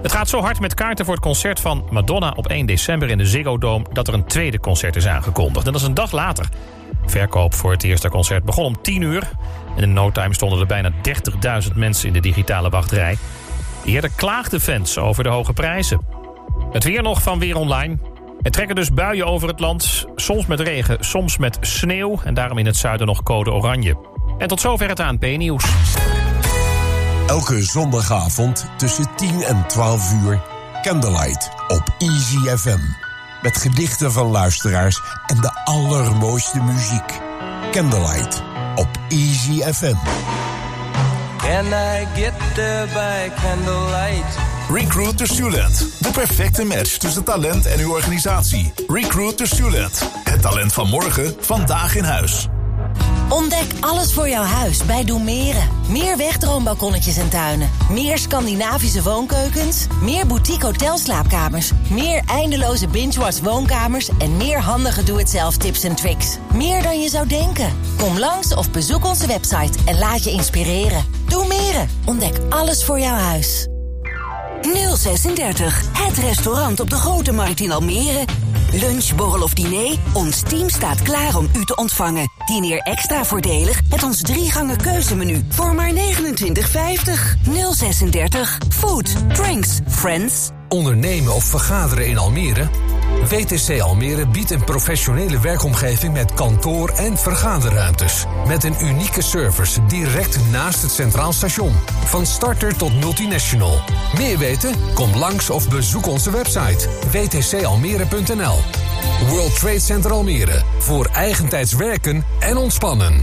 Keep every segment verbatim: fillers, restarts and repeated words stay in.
Het gaat zo hard met kaarten voor het concert van Madonna op één december in de Ziggo Dome dat er een tweede concert is aangekondigd. En dat is een dag later. Verkoop voor het eerste concert begon om tien uur. En in no time stonden er bijna dertigduizend mensen in de digitale wachtrij. Eerder klaagden fans over de hoge prijzen. Het weer nog van Weer Online. Er trekken dus buien over het land. Soms met regen, soms met sneeuw. En daarom in het zuiden nog code oranje. En tot zover het A N P-nieuws. Elke zondagavond tussen tien en twaalf uur Candlelight op Easy F M. Met gedichten van luisteraars en de allermooiste muziek. Candlelight op Easy F M. Can I get there by candlelight? Recruit to Student. De perfecte match tussen talent en uw organisatie. Recruit to Student. Het talent van morgen, vandaag in huis. Ontdek alles voor jouw huis bij Doemeren. Meer wegdroombalkonnetjes en tuinen. Meer Scandinavische woonkeukens. Meer boutique hotelslaapkamers. Meer eindeloze binge-watch woonkamers. En meer handige doe-het-zelf tips en tricks. Meer dan je zou denken. Kom langs of bezoek onze website en laat je inspireren. Doemeren. Ontdek alles voor jouw huis. nul zesendertig. Het restaurant op de Grote Markt in Almere. Lunch, borrel of diner? Ons team staat klaar om u te ontvangen. Dineer extra voordelig met ons drie gangen keuzemenu voor maar negenentwintig vijftig. nul zesendertig. Food, drinks, friends. Ondernemen of vergaderen in Almere? W T C Almere biedt een professionele werkomgeving met kantoor- en vergaderruimtes. Met een unieke service direct naast het Centraal Station. Van starter tot multinational. Meer weten? Kom langs of bezoek onze website w t c almere punt n l. World Trade Center Almere. Voor eigentijds werken en ontspannen.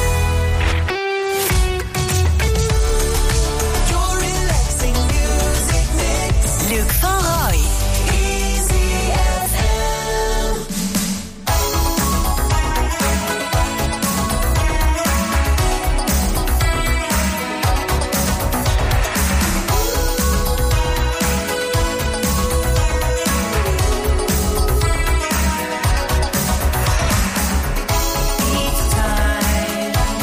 Luc van Rooij. Each time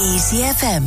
Easy F M.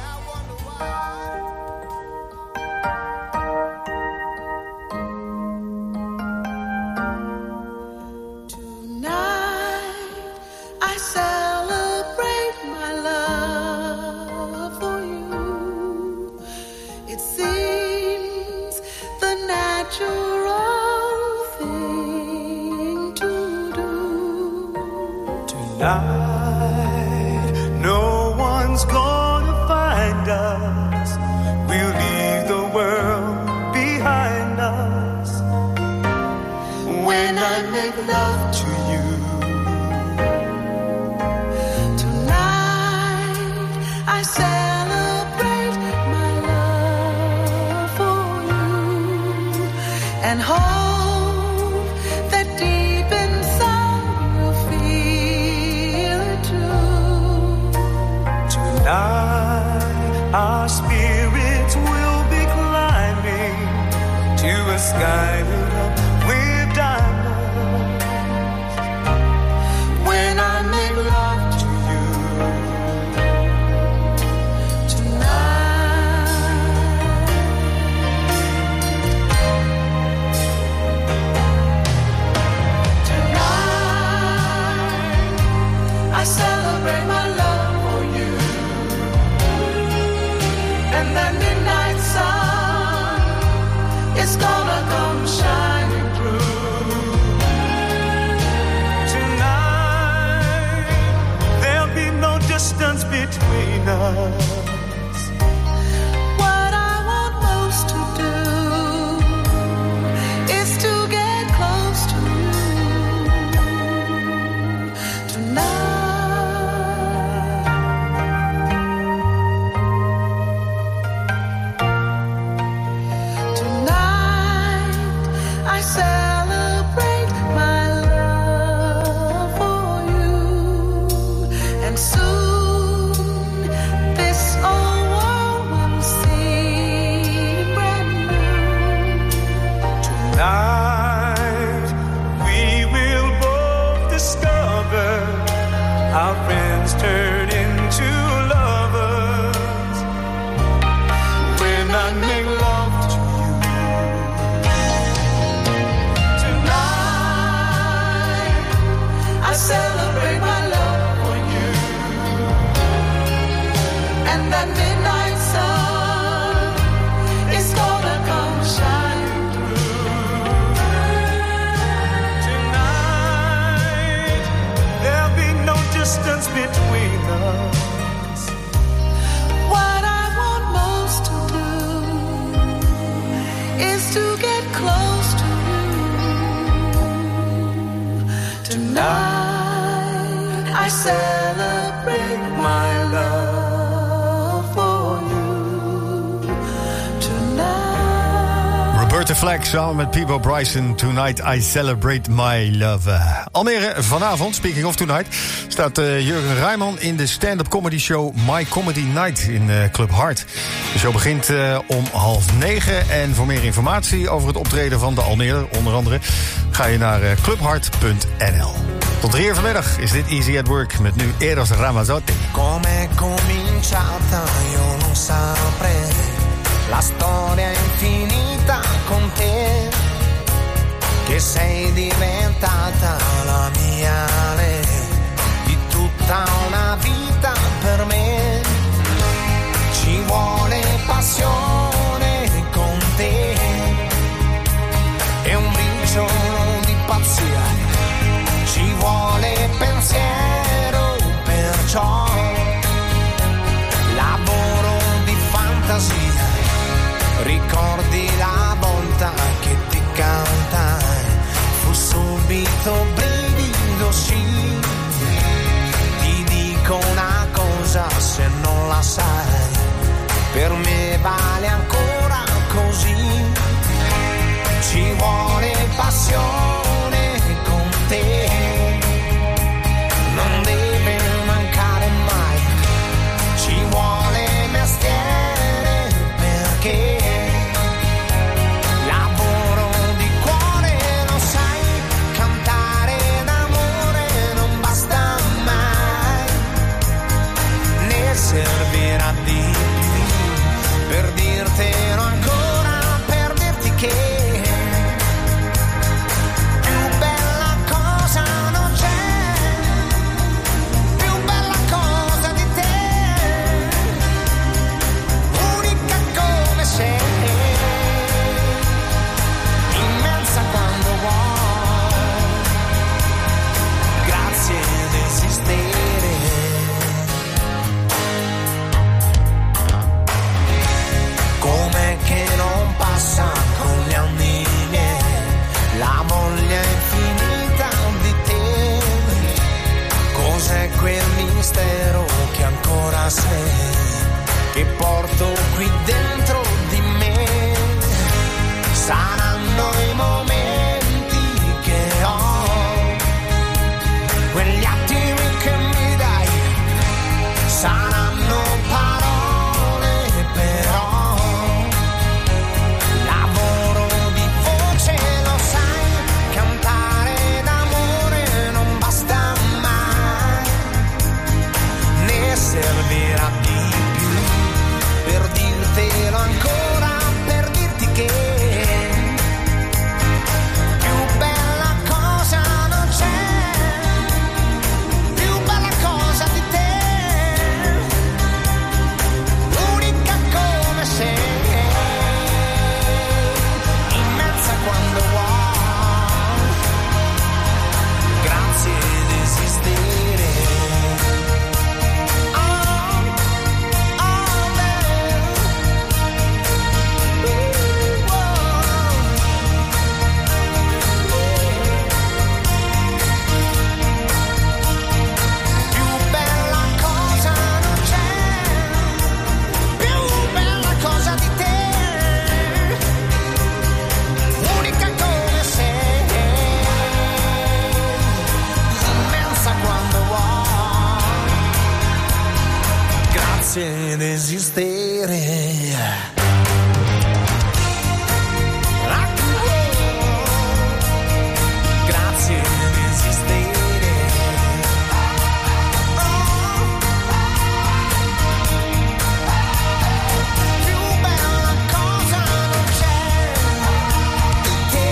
Fleck samen met Peabo Bryson. Tonight I celebrate my love. Almere vanavond, speaking of tonight, staat uh, Jurgen Rijman in de stand-up comedy show My Comedy Night in uh, Club Hart. De show begint uh, om half negen. En voor meer informatie over het optreden van de Almere, onder andere, ga je naar uh, clubhart punt n l. Tot drie uur vanmiddag is dit Easy at Work met nu Eros Ramazzotti. Come cominciata io non saprei. La storia infinita con te, che sei diventata la mia lei, di tutta una vita per me. Ci vuole passione con te e un briciolo di pazzia, ci vuole pensiero, perciò lavoro di fantasia. Ricordi la volta che ti cantai, fu subito brivido, sì. Ti dico una cosa se non la sai, per me vale ancora così. Ci vuole passione con te, non deve mancare mai. Ci vuole mestiere perché servirà di più per dirtelo ancora, per dirti che più bella cosa non c'è, più bella cosa di te, unica come sei, immensa quando vuoi, grazie di esistere. Com'è che non passa con gli anni miei la voglia infinita di te? Cos'è quel mistero che ancora sei, che porto qui dentro di me? Saranno i momenti che ho, quegli attimi che mi dai, saranno parole però. Lavoro di voce, lo sai, cantare d'amore non basta mai, ne servirà di più per dirtelo ancora, per dirti che più bella cosa non c'è, più bella cosa di te, unica come sei, immensa quando vuoi, grazie di esistere. Oh, oh, babe. Ooh, oh. Più bella cosa non c'è, più bella cosa di te, unica come sei, immensa quando vuoi, grazie di esistere. Grazie di esistere. Più bella cosa non c'è di te.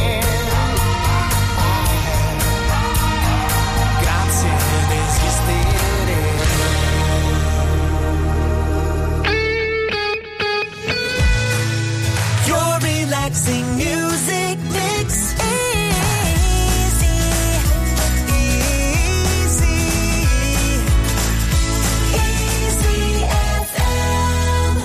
Grazie di esistere. Your relaxing music mix. Easy, easy, easy F M.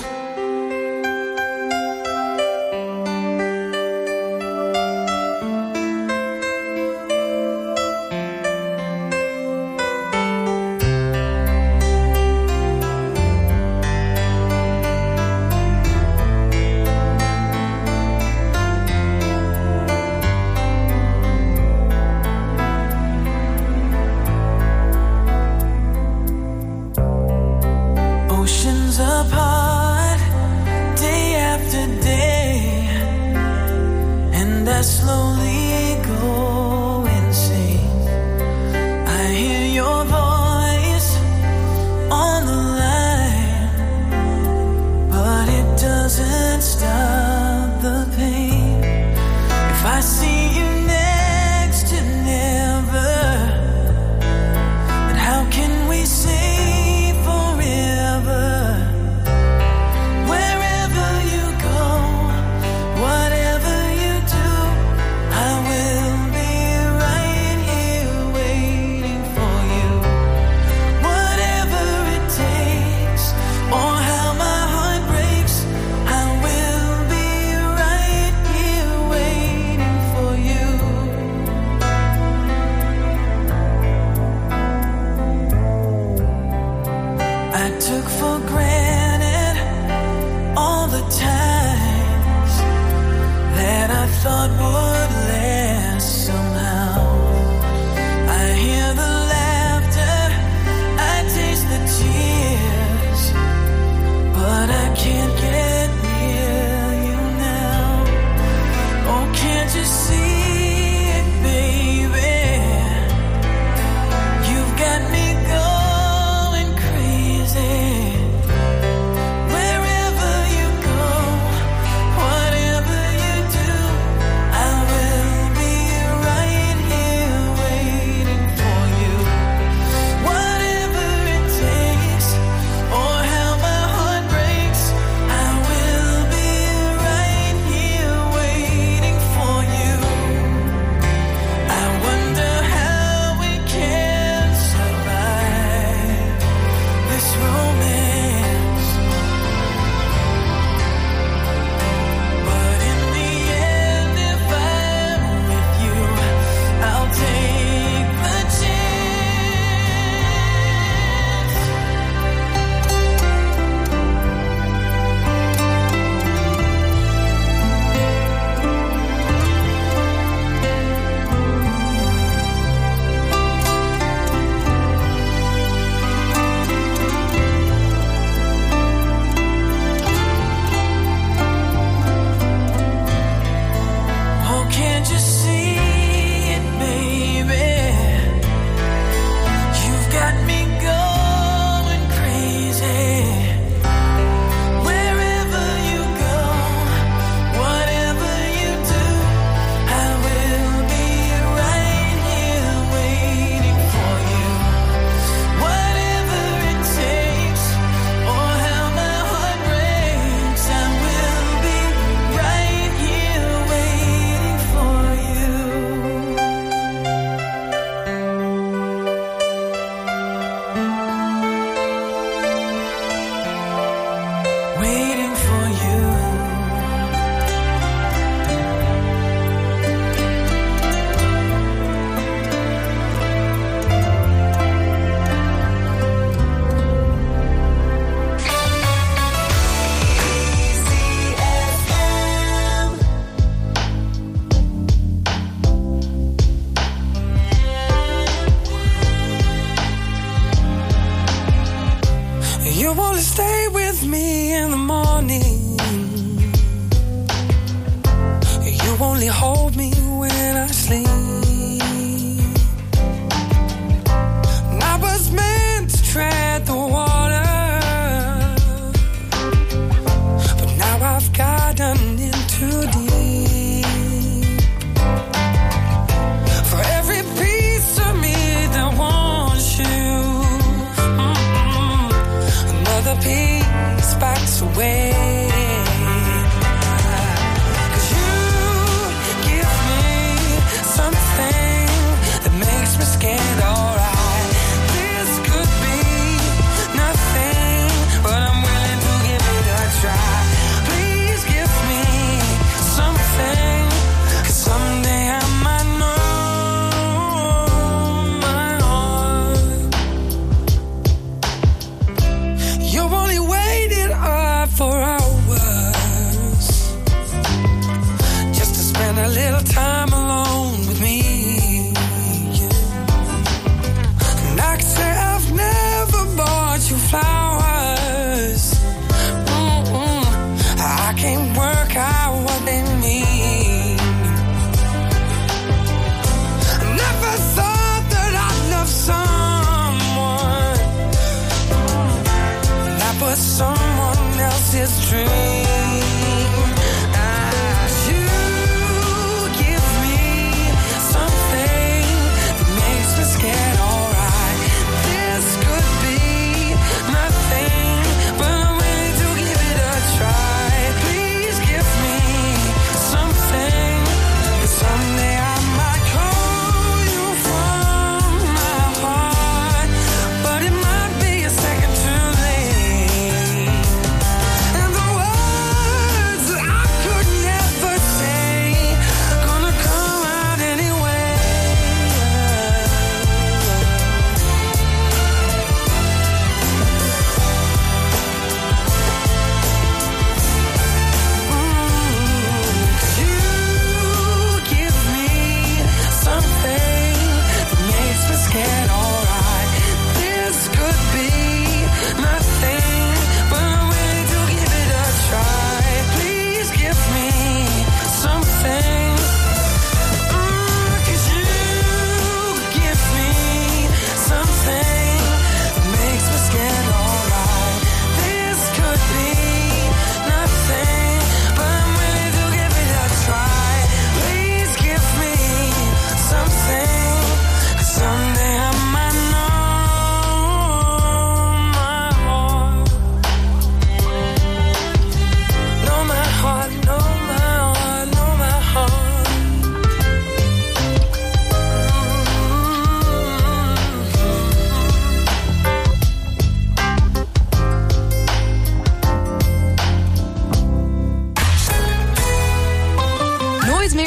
Oceans apart, day after day, and I slowly go insane. I hear your voice on the line, but it doesn't stop the pain. If I see you next to never, then how can we say forever? Wherever you go, whatever you do, I will be right here waiting for you. Whatever it takes, or how my heart breaks, I will be right here waiting for you. I took for granted all the times that I thought would last somehow. I hear the laughter, I taste the tears, but I can't get near you now. Oh, can't you see it, baby? You've got me going crazy. romance. But in the end, if I'm with you, I'll take the chance. Oh, can't you see it, baby? You've got me going crazy. Wherever you go, whatever you do, I will be right here waiting for you. Whatever it takes, or how my heart breaks, I will be right here waiting for you. Waiting for you. You wanna stay with me in the morning. You only hold me when I sleep. And I was meant to tread the water, but now I've gotten in too deep. For every piece of me that wants you, mm-mm, another piece backs away. 'Cause you give me something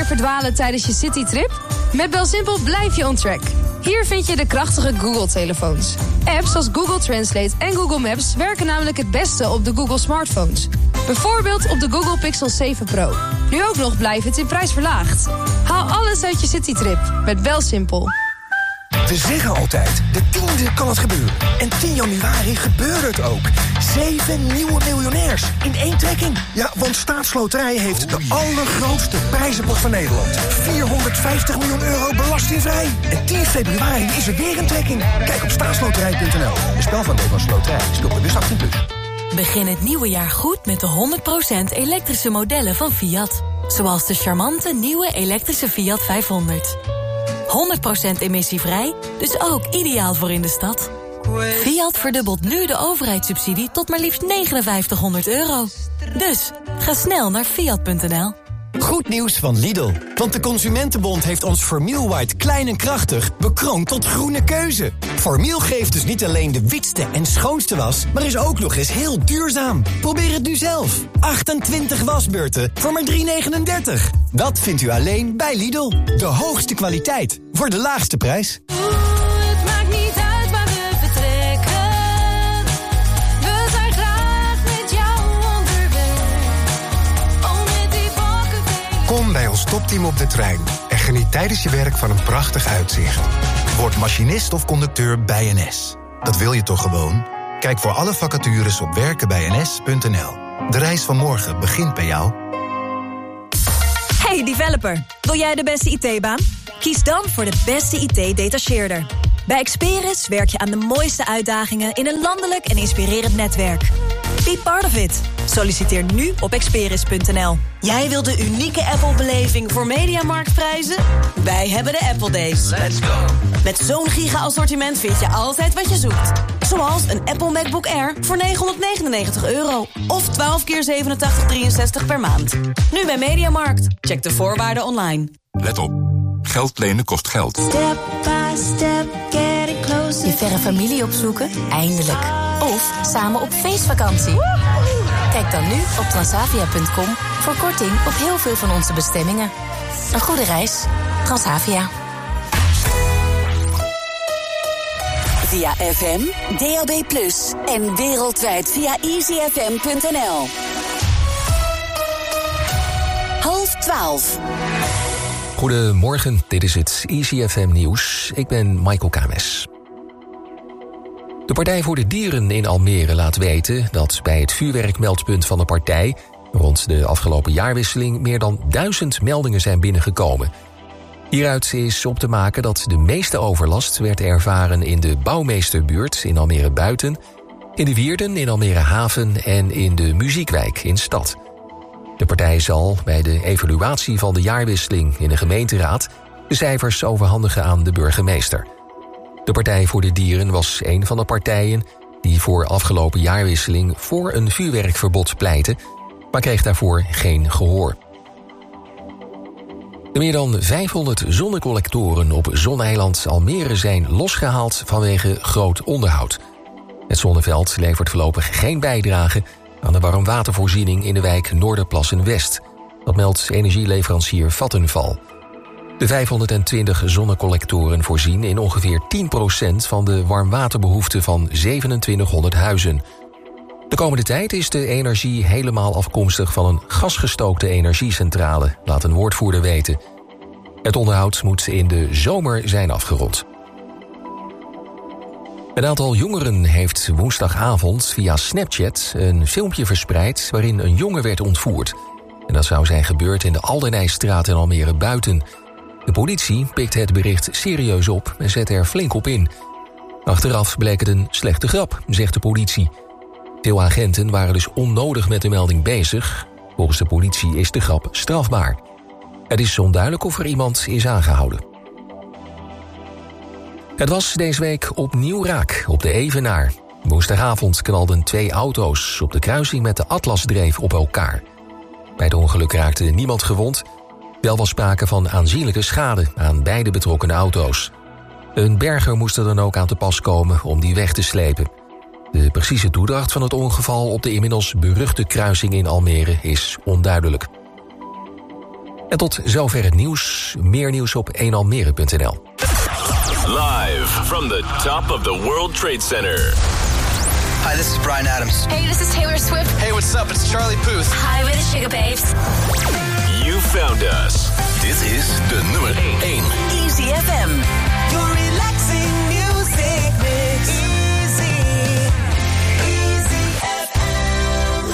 meer verdwalen tijdens je citytrip? Met BelSimpel blijf je on track. Hier vind je de krachtige Google-telefoons. Apps als Google Translate en Google Maps werken namelijk het beste op de Google smartphones. Bijvoorbeeld op de Google Pixel zeven Pro. Nu ook nog blijft het in prijs verlaagd. Haal alles uit je citytrip met BelSimpel. We zeggen altijd, de tiende kan het gebeuren. En tien januari gebeurde het ook. Zeven nieuwe miljonairs in één trekking. Ja, want Staatsloterij heeft de allergrootste prijzenpot van Nederland. vierhonderdvijftig miljoen euro belastingvrij. En tien februari is er weer een trekking. Kijk op staatsloterij punt n l. Een spel van Nederlandse Loterij. Speel bewust achttien plus. Begin het nieuwe jaar goed met de honderd procent elektrische modellen van Fiat. Zoals de charmante nieuwe elektrische Fiat vijfhonderd. honderd procent emissievrij, dus ook ideaal voor in de stad. Fiat verdubbelt nu de overheidssubsidie tot maar liefst negenenvijftighonderd euro. Dus, ga snel naar fiat punt n l. Goed nieuws van Lidl. Want de Consumentenbond heeft ons Formiel White klein en krachtig bekroond tot groene keuze. Formiel geeft dus niet alleen de witste en schoonste was, maar is ook nog eens heel duurzaam. Probeer het nu zelf. achtentwintig wasbeurten voor maar drie negenendertig. Dat vindt u alleen bij Lidl. De hoogste kwaliteit voor de laagste prijs. Het maakt niet uit waar we vertrekken. We zijn graag met jou onderweg. Oh, met die bakken. Kom bij ons topteam op de trein en geniet tijdens je werk van een prachtig uitzicht. Word machinist of conducteur bij N S. Dat wil je toch gewoon? Kijk voor alle vacatures op werken bij n s punt n l. De reis van morgen begint bij jou. Hey developer, wil jij de beste I T-baan? Kies dan voor de beste I T-detacheerder. Bij Experis werk je aan de mooiste uitdagingen in een landelijk en inspirerend netwerk. Be part of it. Solliciteer nu op experis punt n l. Jij wil de unieke Apple-beleving voor Mediamarktprijzen? Wij hebben de Apple Days. Let's go. Met zo'n giga-assortiment vind je altijd wat je zoekt. Zoals een Apple MacBook Air voor negenhonderdnegenennegentig euro. Of twaalf keer zevenentachtig drieënzestig per maand. Nu bij Mediamarkt. Check de voorwaarden online. Let op. Geld lenen kost geld. Step by step, getting closer. Je verre familie opzoeken? Eindelijk. Of samen op feestvakantie. Kijk dan nu op transavia punt com voor korting op heel veel van onze bestemmingen. Een goede reis. Transavia. Via F M, D A B plus, en wereldwijd via easy f m punt n l. Half twaalf. Goedemorgen, dit is het Easy F M nieuws. Ik ben Michael Kames. De Partij voor de Dieren in Almere laat weten dat bij het vuurwerkmeldpunt van de partij rond de afgelopen jaarwisseling meer dan duizend meldingen zijn binnengekomen. Hieruit is op te maken dat de meeste overlast werd ervaren in de Bouwmeesterbuurt in Almere Buiten, in de Wierden in Almere Haven en in de Muziekwijk in Stad. De partij zal bij de evaluatie van de jaarwisseling in de gemeenteraad de cijfers overhandigen aan de burgemeester. De Partij voor de Dieren was een van de partijen die voor afgelopen jaarwisseling voor een vuurwerkverbod pleitte, maar kreeg daarvoor geen gehoor. De meer dan vijfhonderd zonnecollectoren op zoneiland Almere zijn losgehaald vanwege groot onderhoud. Het zonneveld levert voorlopig geen bijdrage aan de warmwatervoorziening in de wijk Noorderplassen-West. Dat meldt energieleverancier Vattenfall. De vijfhonderdtwintig zonnecollectoren voorzien in ongeveer tien procent van de warmwaterbehoefte van zevenentwintighonderd huizen. De komende tijd is de energie helemaal afkomstig van een gasgestookte energiecentrale, laat een woordvoerder weten. Het onderhoud moet in de zomer zijn afgerond. Een aantal jongeren heeft woensdagavond via Snapchat een filmpje verspreid waarin een jongen werd ontvoerd. En dat zou zijn gebeurd in de Aldernijstraat in Almere Buiten. De politie pikt het bericht serieus op en zet er flink op in. Achteraf bleek het een slechte grap, zegt de politie. Veel agenten waren dus onnodig met de melding bezig. Volgens de politie is de grap strafbaar. Het is onduidelijk of er iemand is aangehouden. Het was deze week opnieuw raak op de Evenaar. Woensdagavond knalden twee auto's op de kruising met de Atlasdreef op elkaar. Bij het ongeluk raakte niemand gewond. Wel was sprake van aanzienlijke schade aan beide betrokken auto's. Een berger moest er dan ook aan te pas komen om die weg te slepen. De precieze toedracht van het ongeval op de inmiddels beruchte kruising in Almere is onduidelijk. En tot zover het nieuws. Meer nieuws op één almere punt n l. Live from the top of the World Trade Center. Hi, this is Bryan Adams. Hey, this is Taylor Swift. Hey, what's up? It's Charlie Puth. Hi, we're the Sugar Babes. You found us. Dit is de nummer één. Easy F M. Your relaxing music mix. Easy. Easy F M.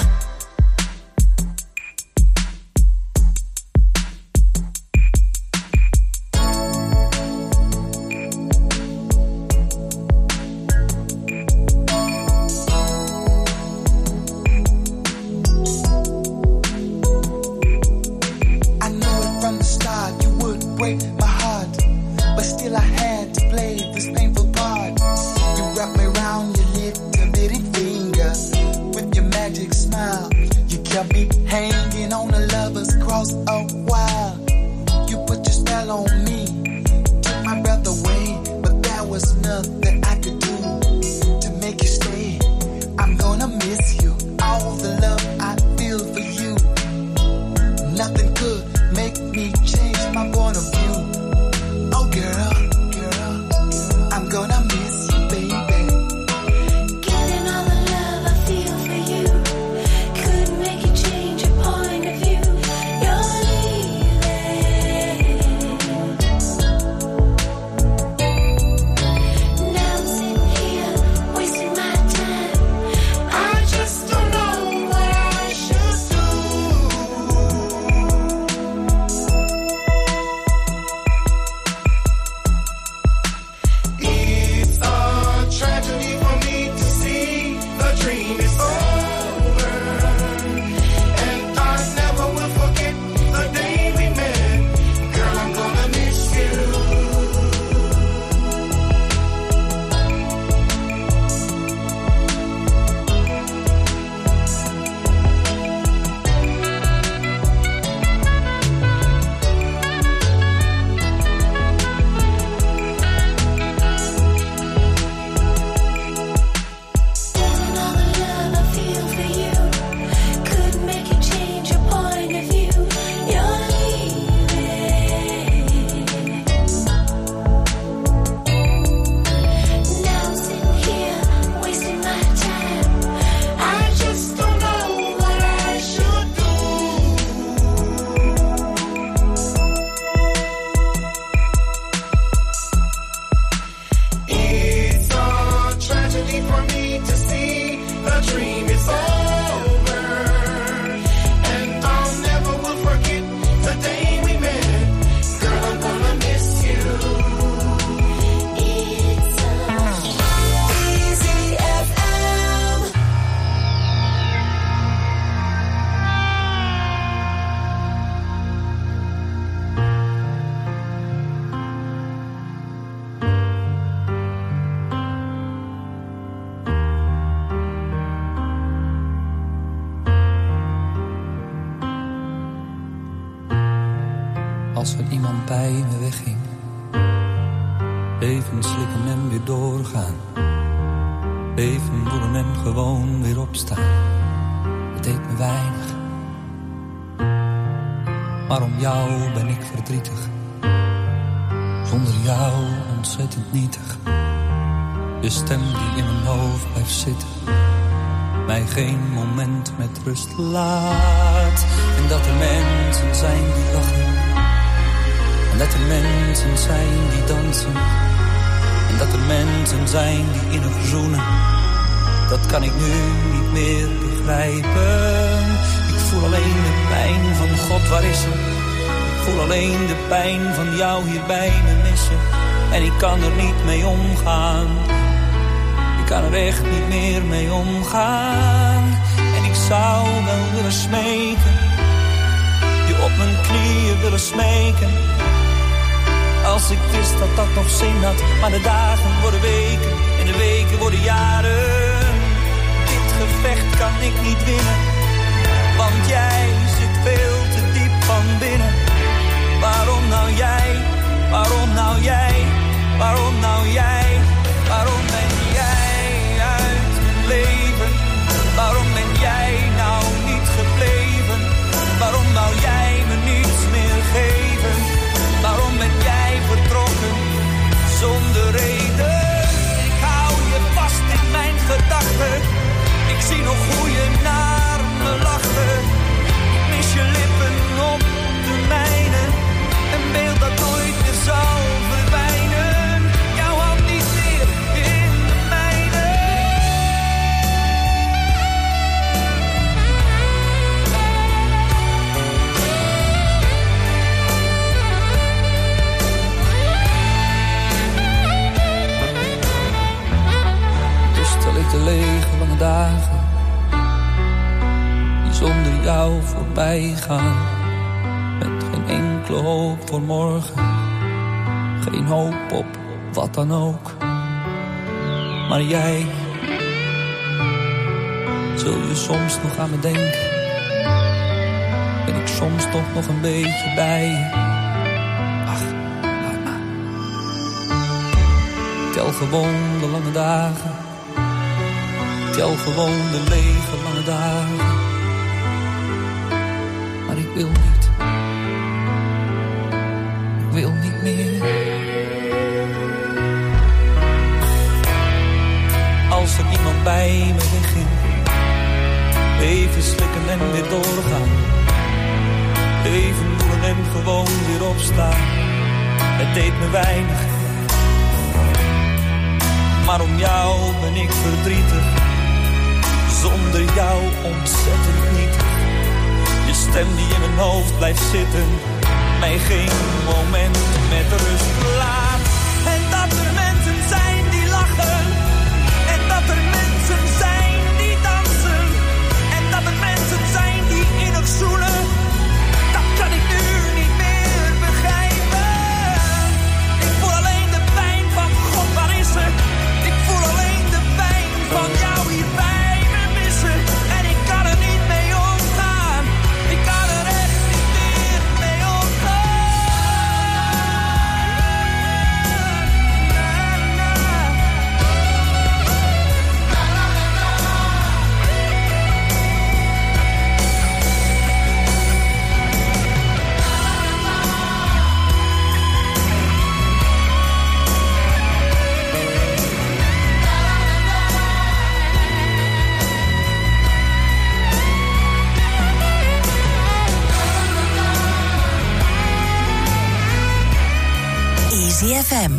Break my heart, but still I had to play this painful part. You wrap me around your little bitty finger with your magic smile. You kept me hanging on a lover's cross a while. You put your spell on me, took my breath away, but there was nothing I could do to make you stay. I'm gonna miss you, all the love I feel for you. Nothing could make me change my point of view. Oh girl, girl, I'm gonna miss you, baby. Getting all the love I feel for you could make you change your point of view. You're leaving. Now I'm sitting here wasting my time. I just don't know what I should do. Tragedy for me to see the dream is over, and I never will forget the day we met. Girl, I'm gonna miss you. Als er iemand bij me wegging, even slikken en weer doorgaan. Even voelen en gewoon weer opstaan. Het deed me weinig, maar om jou ben ik verdrietig. Zonder jou ontzettend nietig. De stem die in mijn hoofd blijft zitten, mij geen moment met rust laat. En dat er mensen zijn die lachen, en dat er mensen zijn die dansen, en dat er mensen zijn die innig zoenen. Dat kan ik nu niet meer begrijpen. Ik voel alleen de pijn van God, waar is ze? Ik voel alleen de pijn van jou hier bij me missen. En ik kan er niet mee omgaan. Ik kan er echt niet meer mee omgaan. En ik zou wel willen smeken, je op mijn knieën willen smeken. Als ik wist dat dat nog zin had. Maar de dagen worden weken en de weken worden jaren. Dit gevecht kan ik niet winnen, want jij zit veel te diep van binnen. Waarom nou jij, waarom nou jij, waarom nou jij, waarom ben jij uit mijn leven? Waarom ben jij nou niet gebleven? Waarom wou jij me niets meer geven? Ik zie nog hoe je naar me lachte. Ik mis je lippen op de mijne. Een beeld dat nooit meer zal verdwijnen. Jouw hand niet meer in de mijne. Dus stel ik de lege lange dagen die zonder jou voorbij gaan. Met geen enkele hoop voor morgen. Geen hoop op wat dan ook. Maar jij, zul je soms nog aan me denken? Ben ik soms toch nog een beetje bij je? Ach, laat maar. Tel gewoon de lange dagen. Tel gewoon de lege lange dagen. Maar ik wil niet. Ik wil niet meer. Als er iemand bij me wegging. Even slikken en weer doorgaan. Even voelen en gewoon weer opstaan. Het deed me weinig. Maar om jou ben ik verdrietig. Zonder jou ontzettend niet. Je stem die in mijn hoofd blijft zitten. Mij geen moment met rust laat. En dat er mensen zijn die lachen. En dat er mensen zijn die dansen. En dat er mensen zijn die innig zoenen. Dat kan ik nu niet meer begrijpen. Ik voel alleen de pijn van God, waar is ze? Ik voel alleen de pijn van jou hier bij me missen. En ik kan er niet mee omgaan. Ik kan er echt niet meer mee Easy F M.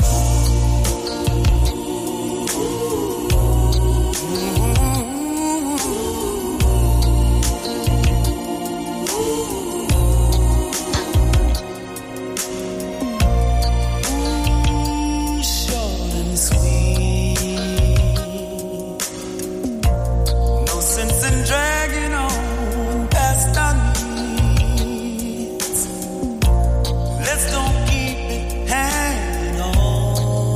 Short and sweet. No sense in dragging on past our needs. Let's don't keep it hanging on.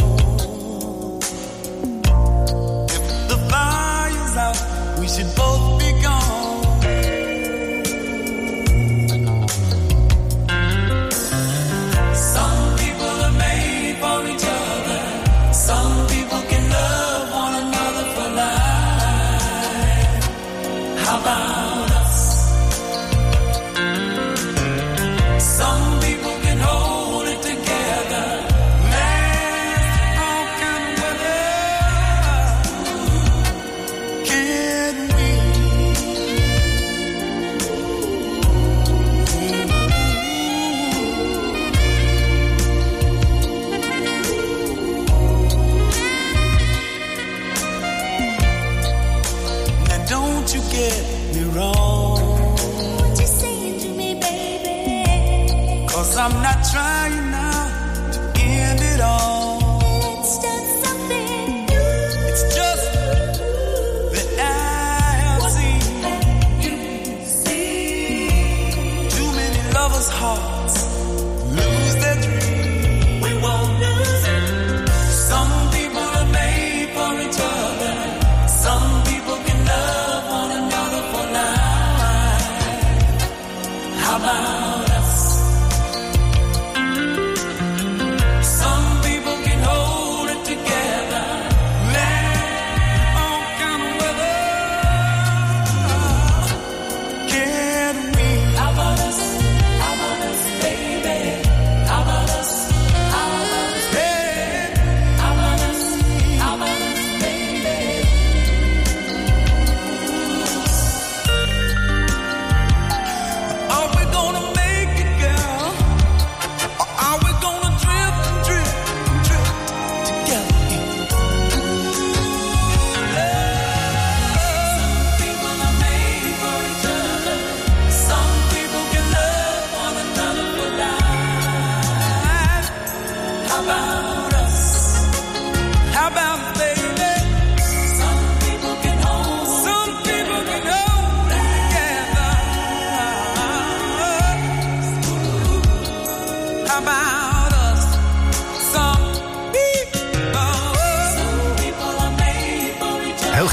If the fire's out, we should both be gone. Some people are made for each other. Some people can love one another for life. How about us? Some people can hold it together. Last broken weather. Can we? Now don't you get me wrong. What you saying to me, baby? Cause I'm not trying now to end it all. Let's start something new. It's just that I have seen too many lovers' hearts lose their dreams. We won't lose it. Some people are made for each other. Some people can love one another for life. How about us?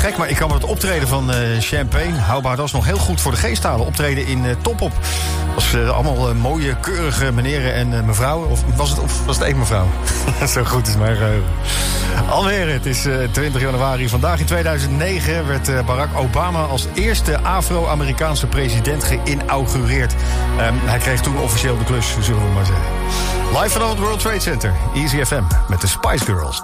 gek, maar ik kan me het optreden van uh, Champagne, How About Us, nog heel goed voor de geest halen. Optreden in uh, Top-Op. Was uh, allemaal uh, mooie, keurige meneren en uh, mevrouwen. Of was het, of was het één mevrouw? Zo goed is mijn geheugen. Alweer, het is uh, twintig januari. Vandaag in tweeduizend negen werd uh, Barack Obama als eerste Afro-Amerikaanse president geïnaugureerd. Um, hij kreeg toen officieel de klus, zullen we maar zeggen. Live vanuit het World Trade Center, Easy F M met de Spice Girls.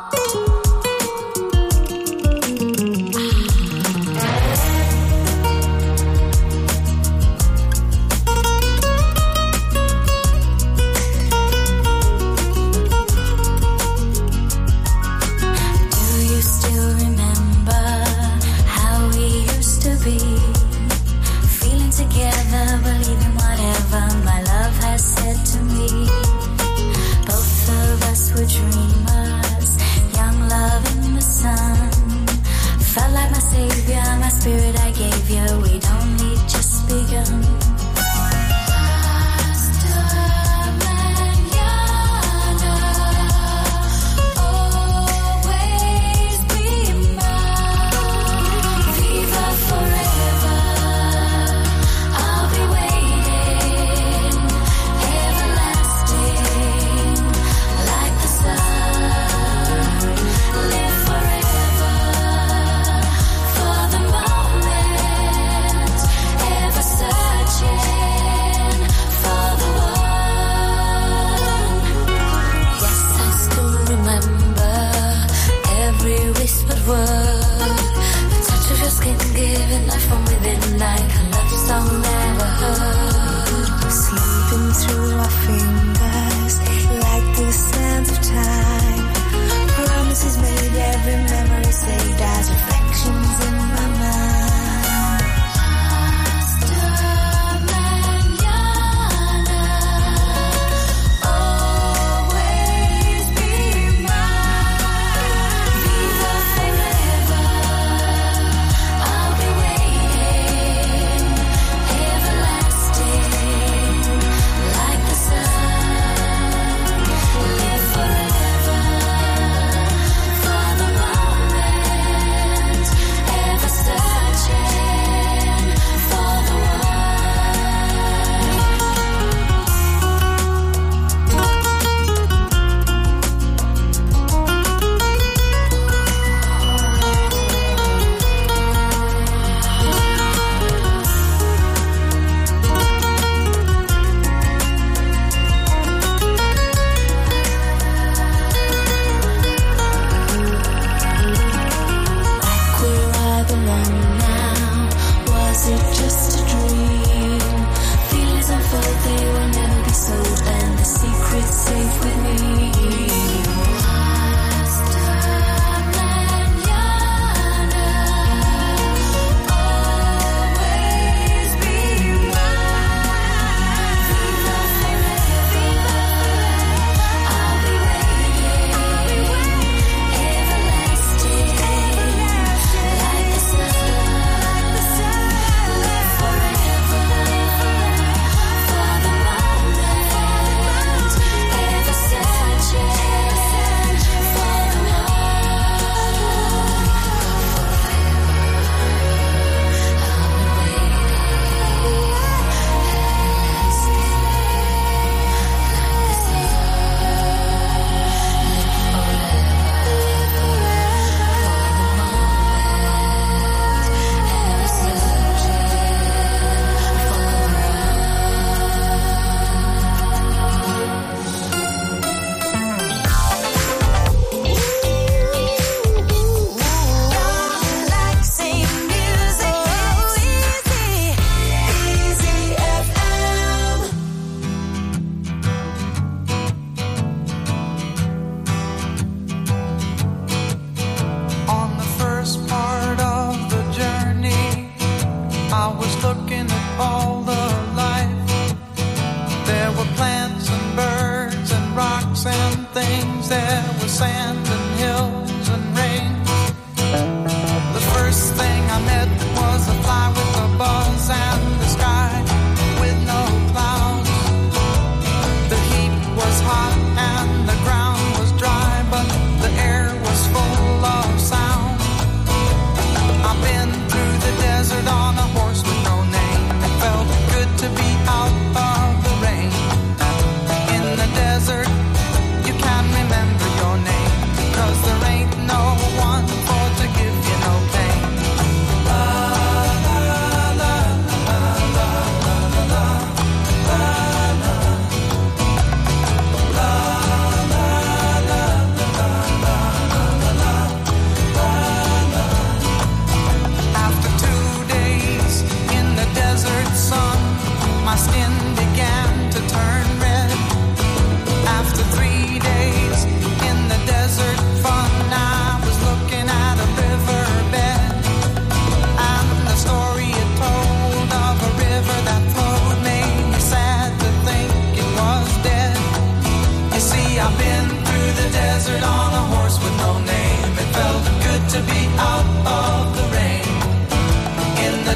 Ever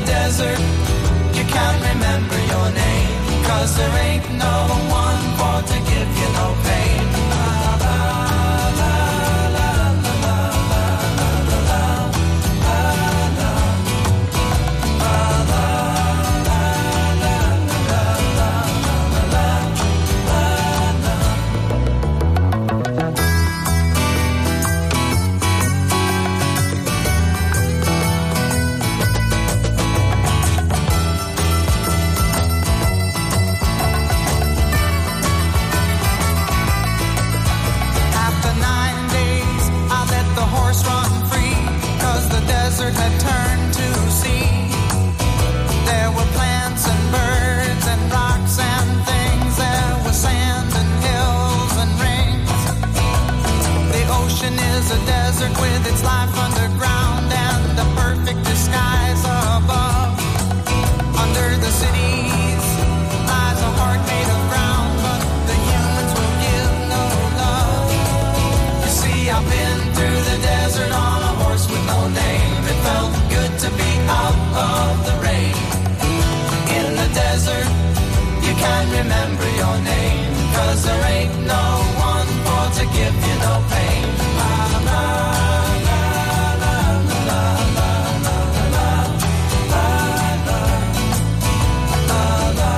desert, you can't remember your name, 'cause there ain't no one for to give you no pain. La, la, la, la, la, la, la, la, la, la, la, la, desert had turned to sea. There were plants and birds and rocks and things. There was sand and hills and rings. The ocean is a desert with its life underground and a perfect disguise above. Under the cities lies a heart made of ground, but the humans will give no love. You see, I've been through the desert on a horse with no name. It felt good to be out of the rain. In the desert, you can't remember your name, 'cause there ain't no one for to give you no pain. La, la, la, la, la, la, la, la, la, la, la, la, la,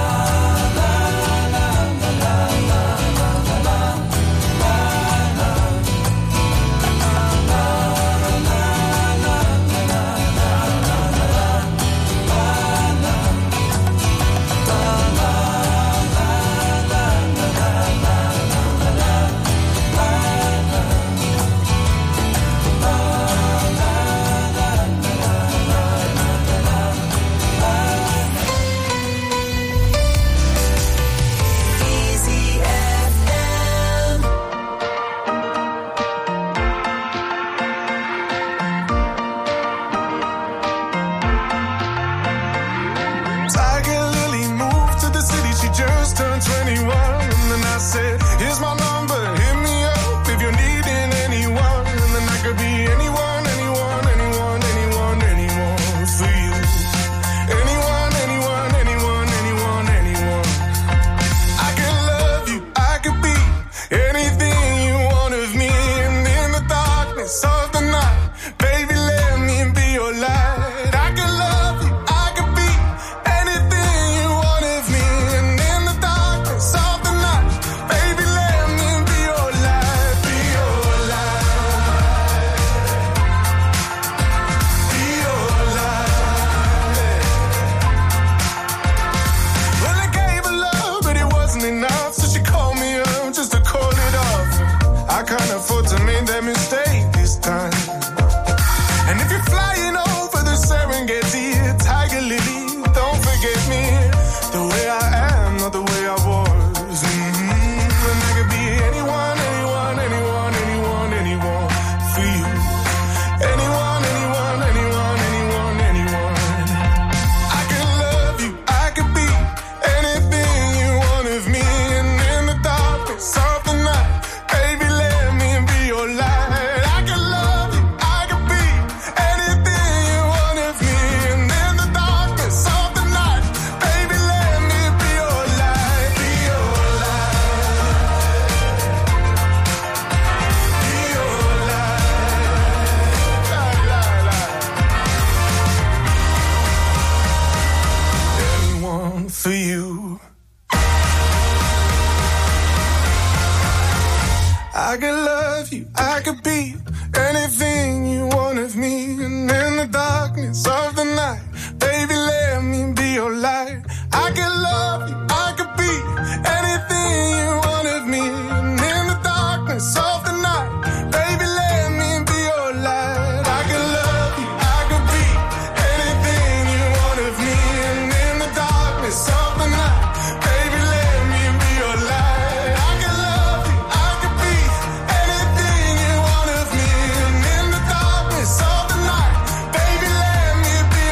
I could love you, I could be anything you want of me. And in the darkness of the night, baby, let me be your light. I could love you, I could be anything you want of me. And in the darkness of the night, baby, let me be your light. I could love you, I could be anything you want of me. And in the darkness of the night, baby, let me be your light. I could love you, I could be anything you want of me. And in the darkness of the night, baby, let me be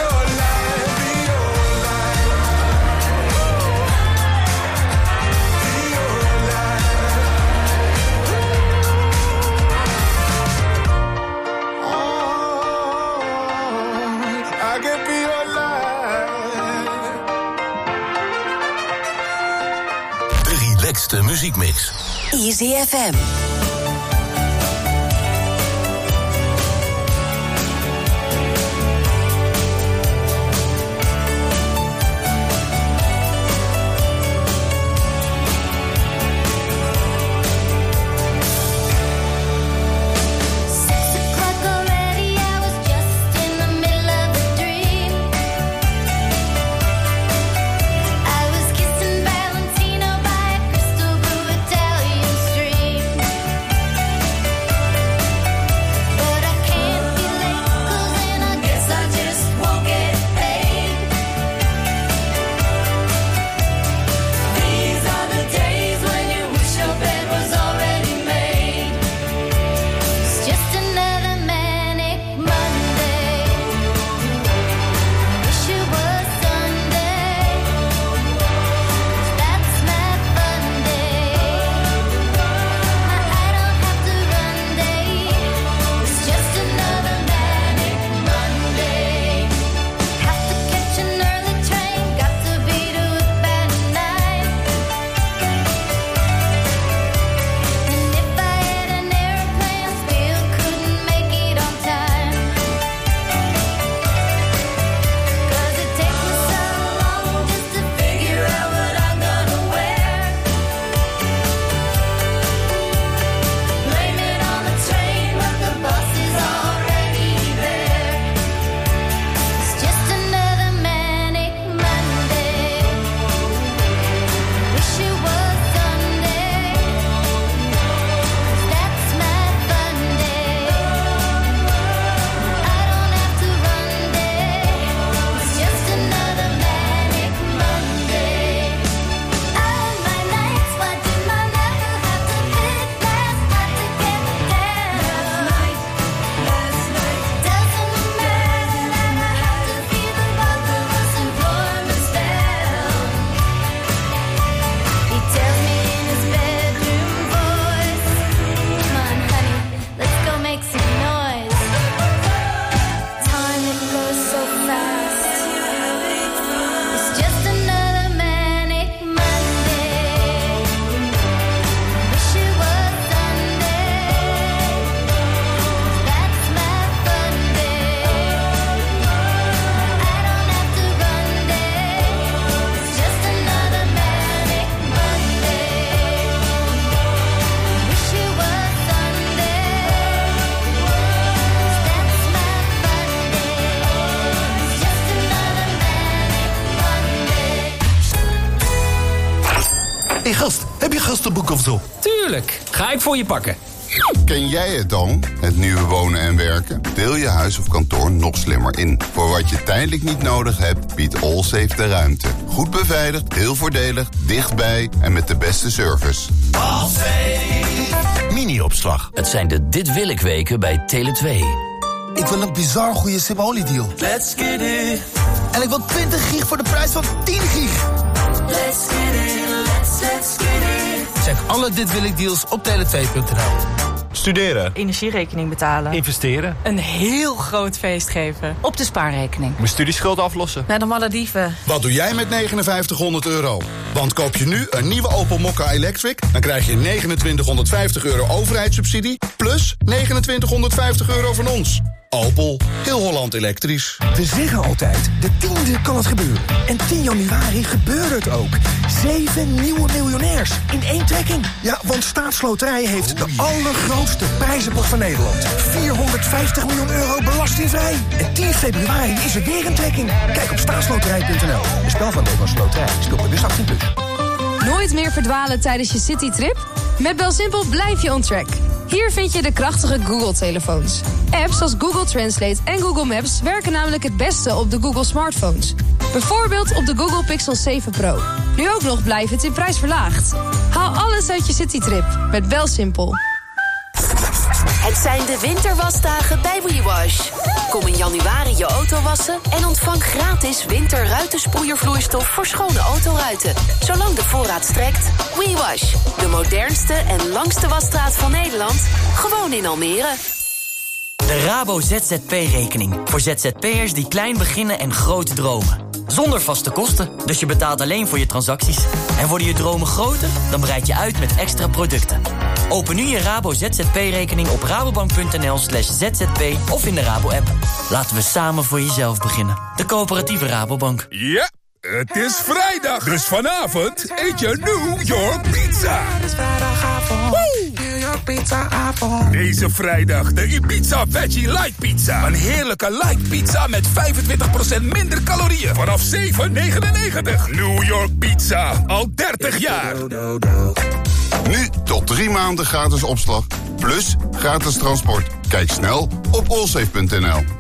beste muziekmix. Easy F M. Hé hey gast, heb je gastenboek of zo? Tuurlijk, ga ik voor je pakken. Ken jij het dan? Het nieuwe wonen en werken? Deel je huis of kantoor nog slimmer in. Voor wat je tijdelijk niet nodig hebt, biedt Allsafe de ruimte. Goed beveiligd, heel voordelig, dichtbij en met de beste service. Allsafe. Mini-opslag. Het zijn de Dit Wil Ik weken bij Tele twee. Ik wil een bizar goede SIM-only-deal. Let's get it. En ik wil twintig gig voor de prijs van tien gig. Let's get it, let's, let's get it. Check alle Dit Wil Ik deals op tele twee punt n l. Studeren. Energierekening betalen. Investeren. Een heel groot feest geven. Op de spaarrekening. Mijn studieschuld aflossen. Naar de Malediven. Wat doe jij met negenenvijftighonderd euro? Want koop je nu een nieuwe Opel Mokka Electric, dan krijg je negenentwintighonderdvijftig euro overheidssubsidie plus negenentwintighonderdvijftig euro van ons. Opel, heel Holland elektrisch. We zeggen altijd, de tiende kan het gebeuren. En tien januari gebeurde het ook. Zeven nieuwe miljonairs in één trekking. Ja, want Staatsloterij heeft de allergrootste prijzenpot van Nederland. vierhonderdvijftig miljoen euro belastingvrij. En tien februari is er weer een trekking. Kijk op staatsloterij punt n l. Een spel van Nederlandse Loterij. Speel bij achttien plus. Nooit meer verdwalen tijdens je citytrip? Met BelSimpel blijf je on track. Hier vind je de krachtige Google-telefoons. Apps als Google Translate en Google Maps werken namelijk het beste op de Google smartphones. Bijvoorbeeld op de Google Pixel zeven Pro. Nu ook nog blijvend in prijs verlaagd. Haal alles uit je citytrip met BelSimpel. Het zijn de winterwasdagen bij WeWash. Kom in januari je auto wassen en ontvang gratis winterruitensproeiervloeistof voor schone autoruiten. Zolang de voorraad strekt. WeWash, de modernste en langste wasstraat van Nederland. Gewoon in Almere. De Rabo Z Z P-rekening. Voor Z Z P'ers die klein beginnen en groot dromen. zonder vaste kosten. Dus je betaalt alleen voor je transacties. En worden je dromen groter? Dan breid je uit met extra producten. Open nu je Rabo Z Z P-rekening op rabobank.nl slash zzp of in de Rabo-app. Laten we samen voor jezelf beginnen. De coöperatieve Rabobank. Ja, het is vrijdag. Dus vanavond eet je New York Pizza. Het is vrijdagavond. New York Pizza avond. Deze vrijdag de Ibiza Veggie Light Pizza. Een heerlijke light pizza met vijfentwintig procent minder calorieën. Vanaf zeven negenennegentig. New York Pizza. Al dertig jaar. Nu tot drie maanden gratis opslag. Plus gratis transport. Kijk snel op allsafe punt n l.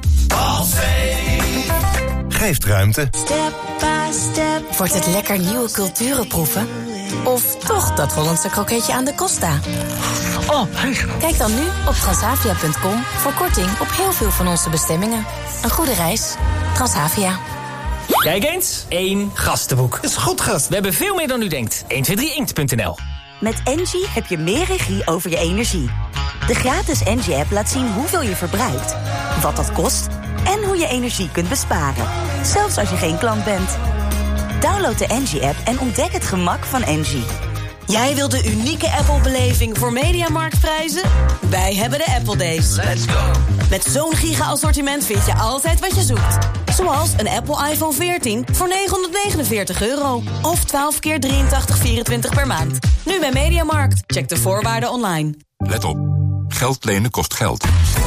Geeft ruimte. Step by step. Wordt het lekker nieuwe culturen proeven? Of toch dat Hollandse kroketje aan de Costa? Oh, kijk dan nu op transavia punt com voor korting op heel veel van onze bestemmingen. Een goede reis. Transavia. Kijk eens, één gastenboek. Is goed, gast. We hebben veel meer dan u denkt. een twee drie inkt punt n l. Met Engie heb je meer regie over je energie. De gratis Engie-app laat zien hoeveel je verbruikt, wat dat kost en hoe je energie kunt besparen. Zelfs als je geen klant bent. Download de Engie-app en ontdek het gemak van Engie. Jij wil de unieke Apple-beleving voor Mediamarktprijzen? Wij hebben de Apple Days. Let's go. Met zo'n giga-assortiment vind je altijd wat je zoekt. Zoals een Apple iPhone veertien voor negenhonderdnegenenveertig euro. Of twaalf keer drieëntachtig vierentwintig per maand. Nu bij Mediamarkt. Check de voorwaarden online. Let op. Geld lenen kost geld.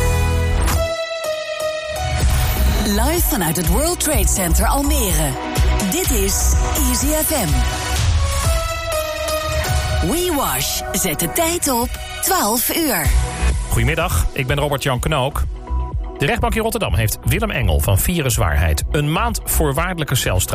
Live vanuit het World Trade Center Almere. Dit is Easy F M. WeWash zet de tijd op twaalf uur. Goedemiddag, ik ben Robert-Jan Knook. De rechtbank in Rotterdam heeft Willem Engel van Vierenzwaarheid een maand voorwaardelijke celstraf